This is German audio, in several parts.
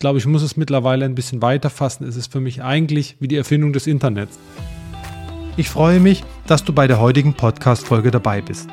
glaube, ich muss es mittlerweile ein bisschen weiter fassen. Es ist für mich eigentlich wie die Erfindung des Internets. Ich freue mich, dass du bei der heutigen Podcast-Folge dabei bist.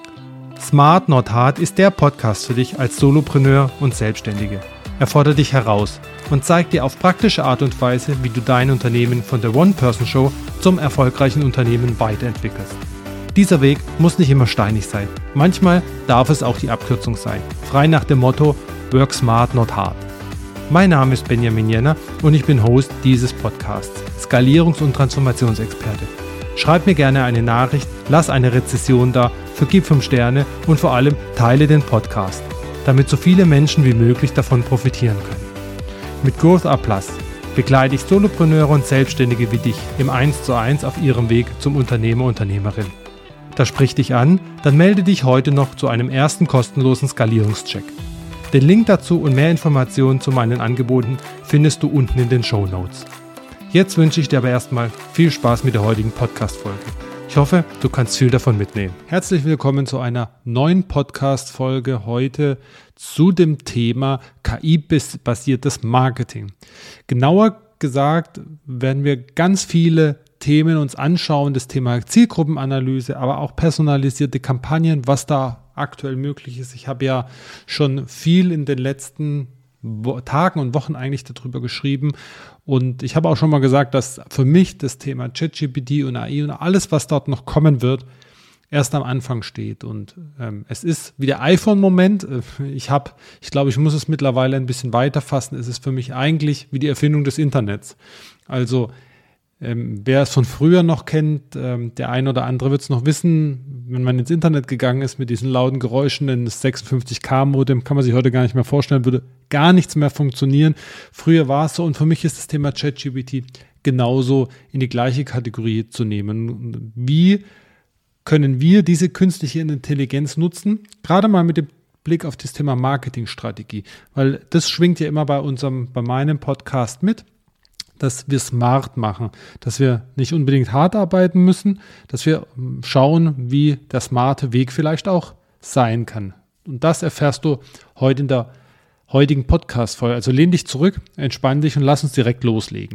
Smart Not Hard ist der Podcast für dich als Solopreneur und Selbstständige. Er fordert dich heraus und zeigt dir auf praktische Art und Weise, wie du dein Unternehmen von der One-Person-Show zum erfolgreichen Unternehmen weiterentwickelst. Dieser Weg muss nicht immer steinig sein. Manchmal darf es auch die Abkürzung sein. Frei nach dem Motto Work Smart Not Hard. Mein Name ist Benjamin Jenner und ich bin Host dieses Podcasts, Skalierungs- und Transformationsexperte. Schreib mir gerne eine Nachricht, lass eine Rezession da, vergib 5 Sterne und vor allem teile den Podcast, damit so viele Menschen wie möglich davon profitieren können. Mit Growth A+ begleite ich Solopreneure und Selbstständige wie dich im 1:1 auf ihrem Weg zum Unternehmer/Unternehmerin. Das spricht dich an? Dann melde dich heute noch zu einem ersten kostenlosen Skalierungscheck. Den Link dazu und mehr Informationen zu meinen Angeboten findest du unten in den Shownotes. Jetzt wünsche ich dir aber erstmal viel Spaß mit der heutigen Podcast-Folge. Ich hoffe, du kannst viel davon mitnehmen. Herzlich willkommen zu einer neuen Podcast-Folge heute zu dem Thema KI-basiertes Marketing. Genauer gesagt werden wir ganz viele Themen uns anschauen, das Thema Zielgruppenanalyse, aber auch personalisierte Kampagnen, was da aktuell möglich ist. Ich habe ja schon viel in den letzten Tagen und Wochen eigentlich darüber geschrieben und ich habe auch schon mal gesagt, dass für mich das Thema ChatGPT und AI und alles, was dort noch kommen wird, erst am Anfang steht und es ist wie der iPhone-Moment. Ich glaube, ich muss es mittlerweile ein bisschen weiter fassen. Es ist für mich eigentlich wie die Erfindung des Internets. Also wer es von früher noch kennt, der ein oder andere wird es noch wissen, wenn man ins Internet gegangen ist mit diesen lauten Geräuschen, denn das 56K-Modem kann man sich heute gar nicht mehr vorstellen, würde gar nichts mehr funktionieren. Früher war es so und für mich ist das Thema ChatGPT genauso in die gleiche Kategorie zu nehmen. Wie können wir diese künstliche Intelligenz nutzen? Gerade mal mit dem Blick auf das Thema Marketingstrategie, weil das schwingt ja immer bei meinem Podcast mit, dass wir smart machen, dass wir nicht unbedingt hart arbeiten müssen, dass wir schauen, wie der smarte Weg vielleicht auch sein kann. Und das erfährst du heute in der heutigen Podcast-Folge. Also lehn dich zurück, entspann dich und lass uns direkt loslegen.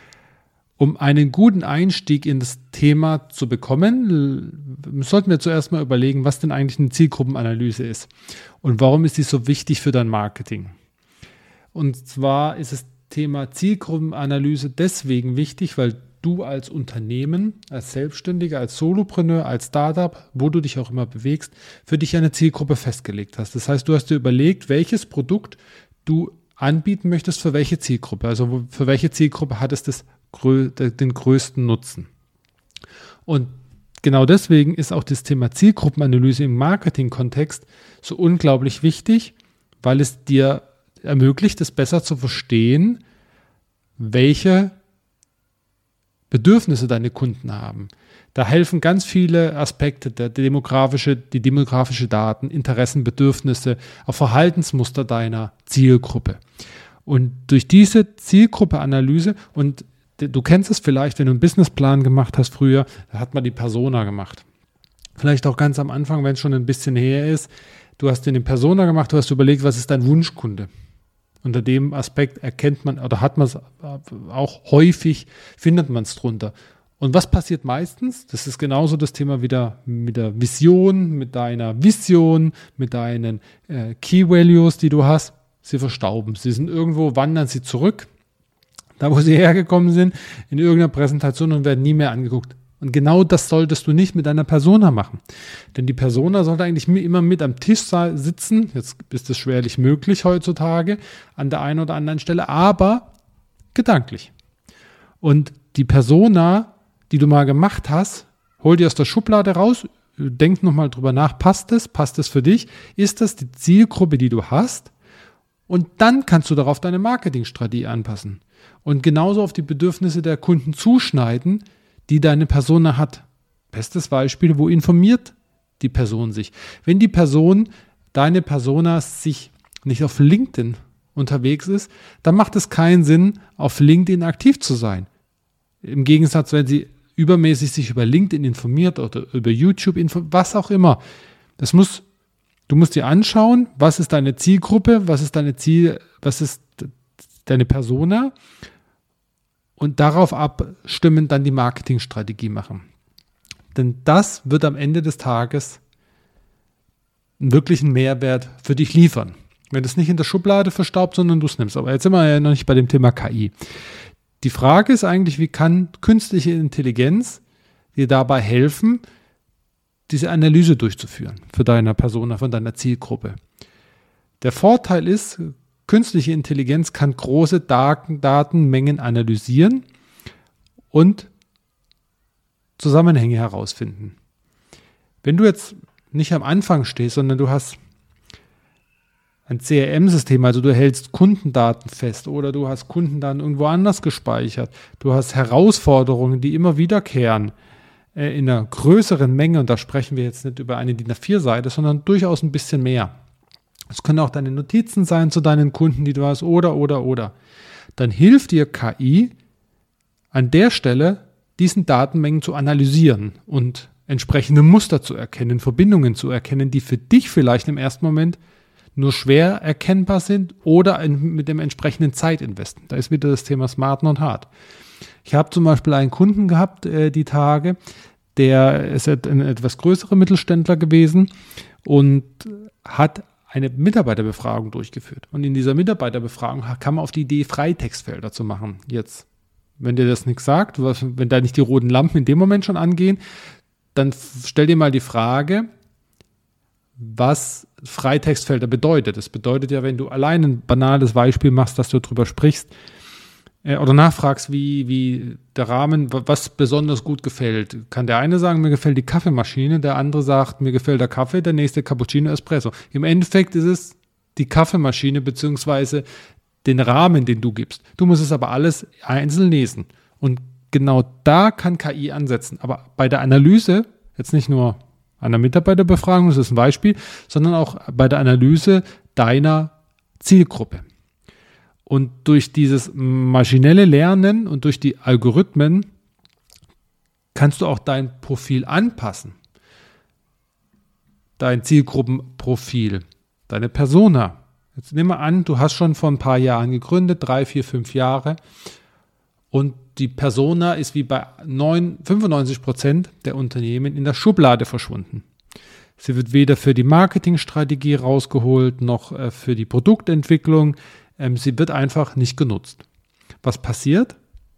Um einen guten Einstieg in das Thema zu bekommen, sollten wir zuerst mal überlegen, was denn eigentlich eine Zielgruppenanalyse ist und warum ist sie so wichtig für dein Marketing. Und zwar ist das Thema Zielgruppenanalyse deswegen wichtig, weil du als Unternehmen, als Selbstständiger, als Solopreneur, als Startup, wo du dich auch immer bewegst, für dich eine Zielgruppe festgelegt hast. Das heißt, du hast dir überlegt, welches Produkt du anbieten möchtest für welche Zielgruppe. Also für welche Zielgruppe hat es den größten Nutzen. Und genau deswegen ist auch das Thema Zielgruppenanalyse im Marketing-Kontext so unglaublich wichtig, weil es dir ermöglicht, es besser zu verstehen, welche Bedürfnisse deine Kunden haben. Da helfen ganz viele Aspekte, die demografische Daten, Interessen, Bedürfnisse, auch Verhaltensmuster deiner Zielgruppe. Und durch diese Zielgruppeanalyse, und du kennst es vielleicht, wenn du einen Businessplan gemacht hast früher, da hat man die Persona gemacht. Vielleicht auch ganz am Anfang, wenn es schon ein bisschen her ist, du hast dir eine Persona gemacht, du hast überlegt, was ist dein Wunschkunde? Unter dem Aspekt erkennt man oder hat man es auch häufig, findet man es drunter. Und was passiert meistens? Das ist genauso das Thema wieder mit der Vision, mit deiner Vision, mit deinen Key Values, die du hast. Sie verstauben. Sie sind irgendwo, wandern sie zurück, da wo sie hergekommen sind, in irgendeiner Präsentation und werden nie mehr angeguckt. Und genau das solltest du nicht mit deiner Persona machen. Denn die Persona sollte eigentlich immer mit am Tisch sitzen. Jetzt ist es schwerlich möglich heutzutage an der einen oder anderen Stelle, aber gedanklich. Und die Persona, die du mal gemacht hast, hol die aus der Schublade raus, denk nochmal drüber nach, passt es für dich? Ist das die Zielgruppe, die du hast? Und dann kannst du darauf deine Marketingstrategie anpassen. Und genauso auf die Bedürfnisse der Kunden zuschneiden, die deine Persona hat. Bestes Beispiel, wo informiert die Person sich? Wenn deine Persona sich nicht auf LinkedIn unterwegs ist, dann macht es keinen Sinn, auf LinkedIn aktiv zu sein. Im Gegensatz, wenn sie übermäßig sich über LinkedIn informiert oder über YouTube, was auch immer. Du musst dir anschauen, was ist deine Zielgruppe, was ist deine Persona und darauf abstimmend dann die Marketingstrategie machen. Denn das wird am Ende des Tages einen wirklichen Mehrwert für dich liefern. Wenn es nicht in der Schublade verstaubt, sondern du es nimmst. Aber jetzt sind wir ja noch nicht bei dem Thema KI. Die Frage ist eigentlich, wie kann künstliche Intelligenz dir dabei helfen, diese Analyse durchzuführen für deine Persona, von deiner Zielgruppe. Der Vorteil ist, künstliche Intelligenz kann große Datenmengen analysieren und Zusammenhänge herausfinden. Wenn du jetzt nicht am Anfang stehst, sondern du hast ein CRM-System, also du hältst Kundendaten fest oder du hast Kundendaten irgendwo anders gespeichert, du hast Herausforderungen, die immer wiederkehren in einer größeren Menge, und da sprechen wir jetzt nicht über eine DIN A4-Seite, sondern durchaus ein bisschen mehr. Es können auch deine Notizen sein zu deinen Kunden, die du hast, oder. Dann hilft dir KI an der Stelle, diesen Datenmengen zu analysieren und entsprechende Muster zu erkennen, Verbindungen zu erkennen, die für dich vielleicht im ersten Moment nur schwer erkennbar sind oder mit dem entsprechenden Zeitinvest. Da ist wieder das Thema Smart, not hard. Ich habe zum Beispiel einen Kunden gehabt, die Tage, der ist ein etwas größerer Mittelständler gewesen und hat eine Mitarbeiterbefragung durchgeführt. Und in dieser Mitarbeiterbefragung kam man auf die Idee, Freitextfelder zu machen. Jetzt, wenn dir das nichts sagt, wenn da nicht die roten Lampen in dem Moment schon angehen, dann stell dir mal die Frage, was Freitextfelder bedeutet. Das bedeutet ja, wenn du allein ein banales Beispiel machst, dass du darüber sprichst oder nachfragst, wie der Rahmen, was besonders gut gefällt. Kann der eine sagen, mir gefällt die Kaffeemaschine, der andere sagt, mir gefällt der Kaffee, der nächste Cappuccino, Espresso. Im Endeffekt ist es die Kaffeemaschine beziehungsweise den Rahmen, den du gibst. Du musst es aber alles einzeln lesen. Und genau da kann KI ansetzen. Aber bei der Analyse, jetzt nicht nur einer Mitarbeiterbefragung, das ist ein Beispiel, sondern auch bei der Analyse deiner Zielgruppe. Und durch dieses maschinelle Lernen und durch die Algorithmen kannst du auch dein Profil anpassen. Dein Zielgruppenprofil, deine Persona. Jetzt nehmen wir an, du hast schon vor ein paar Jahren gegründet, 3, 4, 5 Jahre, und die Persona ist wie bei 95% der Unternehmen in der Schublade verschwunden. Sie wird weder für die Marketingstrategie rausgeholt, noch für die Produktentwicklung. Sie wird einfach nicht genutzt. Was passiert?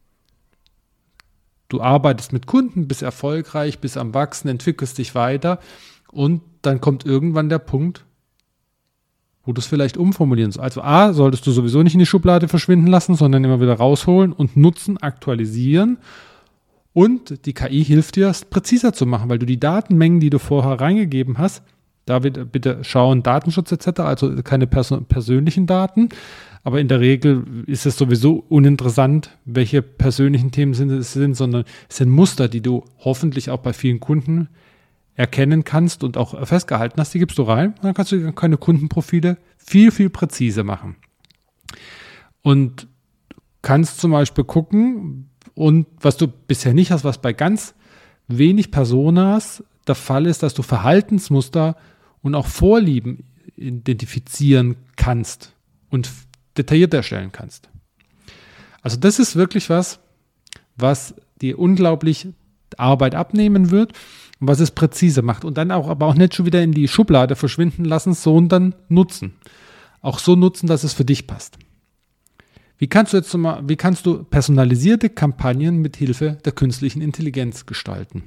Du arbeitest mit Kunden, bist erfolgreich, bist am Wachsen, entwickelst dich weiter und dann kommt irgendwann der Punkt, wo du es vielleicht umformulieren sollst. Also A, solltest du sowieso nicht in die Schublade verschwinden lassen, sondern immer wieder rausholen und nutzen, aktualisieren. Und die KI hilft dir, es präziser zu machen, weil du die Datenmengen, die du vorher reingegeben hast, da wird bitte schauen, Datenschutz etc., also keine persönlichen Daten, aber in der Regel ist es sowieso uninteressant, welche persönlichen Themen es sind, sondern es sind Muster, die du hoffentlich auch bei vielen Kunden erkennen kannst und auch festgehalten hast, die gibst du rein, dann kannst du keine Kundenprofile viel, viel präziser machen. Und kannst zum Beispiel gucken, und was du bisher nicht hast, was bei ganz wenig Personas der Fall ist, dass du Verhaltensmuster und auch Vorlieben identifizieren kannst und detailliert erstellen kannst. Also das ist wirklich was dir unglaublich Arbeit abnehmen wird und was es präziser macht und dann auch, aber auch nicht schon wieder in die Schublade verschwinden lassen, sondern nutzen. Auch so nutzen, dass es für dich passt. Wie kannst du personalisierte Kampagnen mit Hilfe der künstlichen Intelligenz gestalten?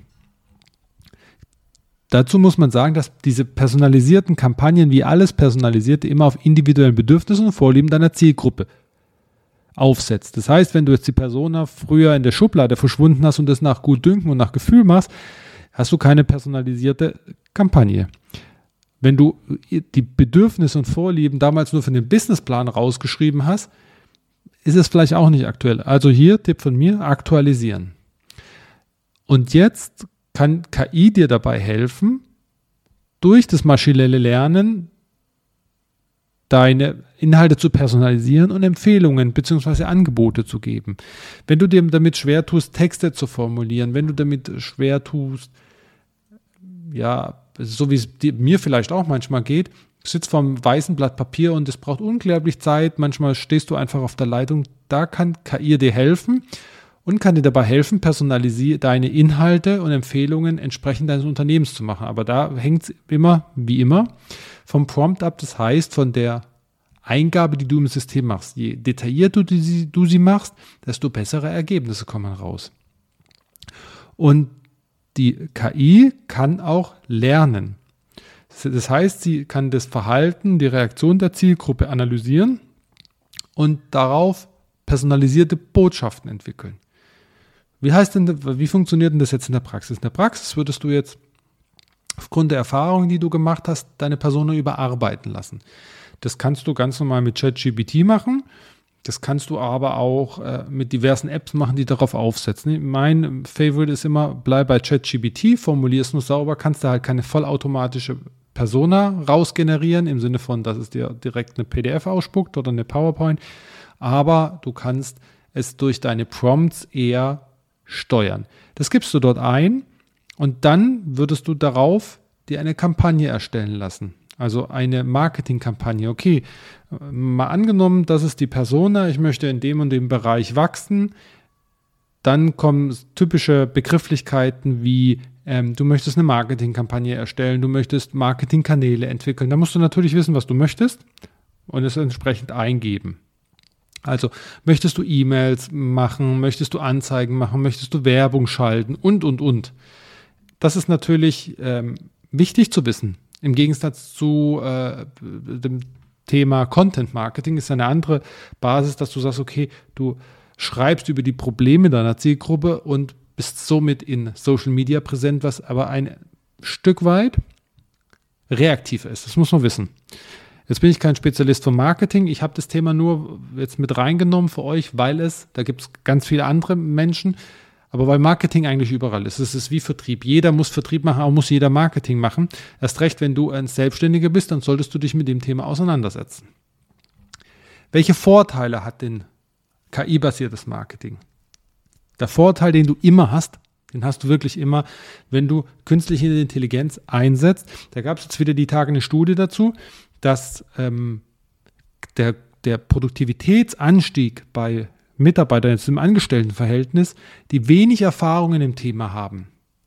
Dazu muss man sagen, dass diese personalisierten Kampagnen, wie alles Personalisierte, immer auf individuellen Bedürfnissen und Vorlieben deiner Zielgruppe aufsetzt. Das heißt, wenn du jetzt die Persona früher in der Schublade verschwunden hast und das nach Gutdünken und nach Gefühl machst, hast du keine personalisierte Kampagne. Wenn du die Bedürfnisse und Vorlieben damals nur für den Businessplan rausgeschrieben hast, ist es vielleicht auch nicht aktuell. Also hier, Tipp von mir, aktualisieren. Und jetzt kann KI dir dabei helfen, durch das maschinelle Lernen deine Inhalte zu personalisieren und Empfehlungen bzw. Angebote zu geben. Wenn du dir damit schwer tust, Texte zu formulieren, wenn du damit schwer tust, ja, so wie es mir vielleicht auch manchmal geht, Du sitzt vorm weißen Blatt Papier und es braucht unglaublich Zeit. Manchmal stehst du einfach auf der Leitung. Da kann KI dir helfen und kann dir dabei helfen, deine Inhalte und Empfehlungen entsprechend deines Unternehmens zu machen. Aber da hängt es immer, wie immer, vom Prompt ab. Das heißt, von der Eingabe, die du im System machst. Je detaillierter du sie machst, desto bessere Ergebnisse kommen raus. Und die KI kann auch lernen. Das heißt, sie kann das Verhalten, die Reaktion der Zielgruppe analysieren und darauf personalisierte Botschaften entwickeln. Wie funktioniert denn das jetzt in der Praxis? In der Praxis würdest du jetzt aufgrund der Erfahrungen, die du gemacht hast, deine Persona überarbeiten lassen. Das kannst du ganz normal mit ChatGPT machen. Das kannst du aber auch mit diversen Apps machen, die darauf aufsetzen. Mein Favorite ist immer, bleib bei ChatGPT, formulier es nur sauber, kannst du halt keine vollautomatische Persona rausgenerieren, im Sinne von, dass es dir direkt eine PDF ausspuckt oder eine PowerPoint, aber du kannst es durch deine Prompts eher steuern. Das gibst du dort ein und dann würdest du darauf dir eine Kampagne erstellen lassen. Also eine Marketingkampagne. Okay, mal angenommen, das ist die Persona, ich möchte in dem und dem Bereich wachsen. Dann kommen typische Begrifflichkeiten wie du möchtest eine Marketingkampagne erstellen, du möchtest Marketingkanäle entwickeln. Da musst du natürlich wissen, was du möchtest und es entsprechend eingeben. Also möchtest du E-Mails machen, möchtest du Anzeigen machen, möchtest du Werbung schalten und. Das ist natürlich wichtig zu wissen. Im Gegensatz zu dem Thema Content Marketing ist eine andere Basis, dass du sagst, okay, du schreibst über die Probleme deiner Zielgruppe und bist somit in Social Media präsent, was aber ein Stück weit reaktiver ist. Das muss man wissen. Jetzt bin ich kein Spezialist vom Marketing. Ich habe das Thema nur jetzt mit reingenommen für euch, da gibt es ganz viele andere Menschen, aber weil Marketing eigentlich überall ist. Es ist wie Vertrieb. Jeder muss Vertrieb machen, auch muss jeder Marketing machen. Erst recht, wenn du ein Selbstständiger bist, dann solltest du dich mit dem Thema auseinandersetzen. Welche Vorteile hat denn KI-basiertes Marketing? Der Vorteil, den du immer hast, den hast du wirklich immer, wenn du künstliche Intelligenz einsetzt. Da gab es jetzt wieder die Tage eine Studie dazu, dass der Produktivitätsanstieg bei Mitarbeitern jetzt im Angestelltenverhältnis, die wenig Erfahrungen im Thema haben,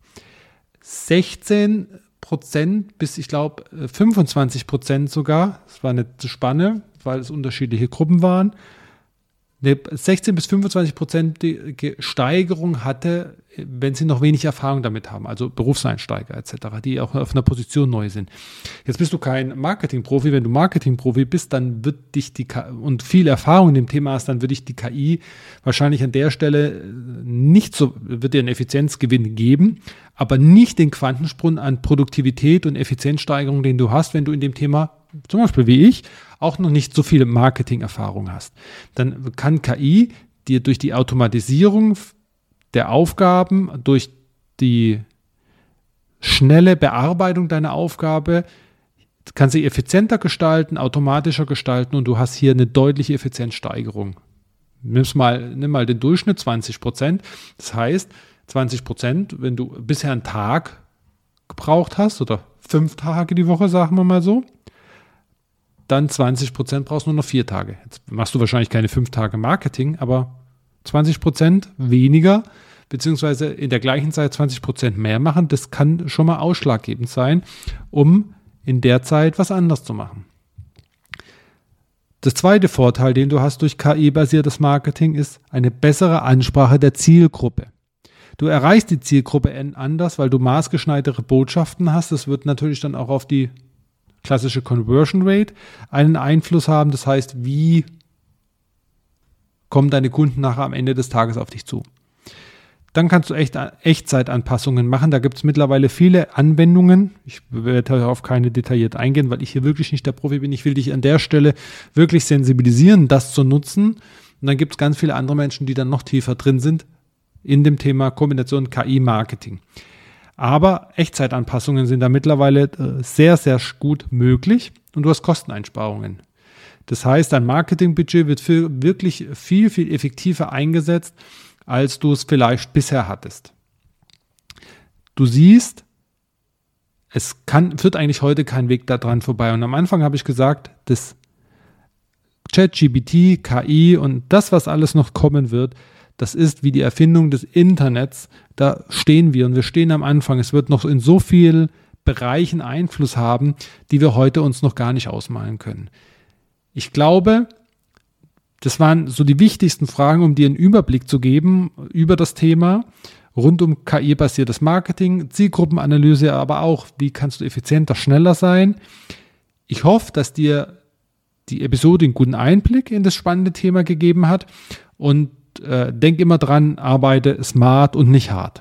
16% bis, ich glaube, 25% sogar, das war eine Spanne, weil es unterschiedliche Gruppen waren, eine 16 bis 25% Steigerung hatte, wenn sie noch wenig Erfahrung damit haben, also Berufseinsteiger etc., die auch auf einer Position neu sind. Jetzt bist du kein Marketingprofi. Wenn du Marketingprofi bist, dann wird dich und viel Erfahrung in dem Thema hast, dann wird dich die KI wahrscheinlich an der Stelle wird dir einen Effizienzgewinn geben, aber nicht den Quantensprung an Produktivität und Effizienzsteigerung, den du hast, wenn du in dem Thema, zum Beispiel wie ich, auch noch nicht so viel Marketing-Erfahrung hast. Dann kann KI dir durch die Automatisierung der Aufgaben, durch die schnelle Bearbeitung deiner Aufgabe, kann sie effizienter gestalten, automatischer gestalten und du hast hier eine deutliche Effizienzsteigerung. Nimm mal den Durchschnitt 20%. Das heißt, 20%, wenn du bisher einen Tag gebraucht hast oder 5 Tage die Woche, sagen wir mal so, dann 20% brauchst du nur noch 4 Tage. Jetzt machst du wahrscheinlich keine 5 Tage Marketing, aber 20% weniger, beziehungsweise in der gleichen Zeit 20% mehr machen, das kann schon mal ausschlaggebend sein, um in der Zeit was anderes zu machen. Der zweite Vorteil, den du hast durch KI-basiertes Marketing, ist eine bessere Ansprache der Zielgruppe. Du erreichst die Zielgruppe anders, weil du maßgeschneiderte Botschaften hast. Das wird natürlich dann auch auf die klassische Conversion Rate einen Einfluss haben. Das heißt, wie kommen deine Kunden nachher am Ende des Tages auf dich zu? Dann kannst du Echtzeitanpassungen machen. Da gibt es mittlerweile viele Anwendungen. Ich werde darauf keine detailliert eingehen, weil ich hier wirklich nicht der Profi bin. Ich will dich an der Stelle wirklich sensibilisieren, das zu nutzen. Und dann gibt es ganz viele andere Menschen, die dann noch tiefer drin sind in dem Thema Kombination KI-Marketing. Aber Echtzeitanpassungen sind da mittlerweile sehr, sehr gut möglich und du hast Kosteneinsparungen. Das heißt, dein Marketingbudget wird wirklich viel, viel effektiver eingesetzt, als du es vielleicht bisher hattest. Du siehst, führt eigentlich heute kein Weg daran vorbei. Und am Anfang habe ich gesagt, das ChatGPT, KI und das, was alles noch kommen wird, das ist wie die Erfindung des Internets. Da stehen wir und wir stehen am Anfang. Es wird noch in so vielen Bereichen Einfluss haben, die wir heute uns noch gar nicht ausmalen können. Ich glaube, das waren so die wichtigsten Fragen, um dir einen Überblick zu geben über das Thema rund um KI-basiertes Marketing, Zielgruppenanalyse, aber auch, wie kannst du effizienter, schneller sein. Ich hoffe, dass dir die Episode einen guten Einblick in das spannende Thema gegeben hat und denk immer dran, arbeite smart und nicht hart.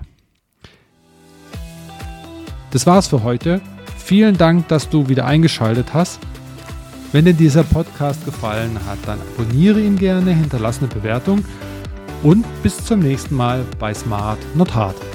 Das war's für heute. Vielen Dank, dass du wieder eingeschaltet hast. Wenn dir dieser Podcast gefallen hat, dann abonniere ihn gerne, hinterlasse eine Bewertung und bis zum nächsten Mal bei Smart Not Hard.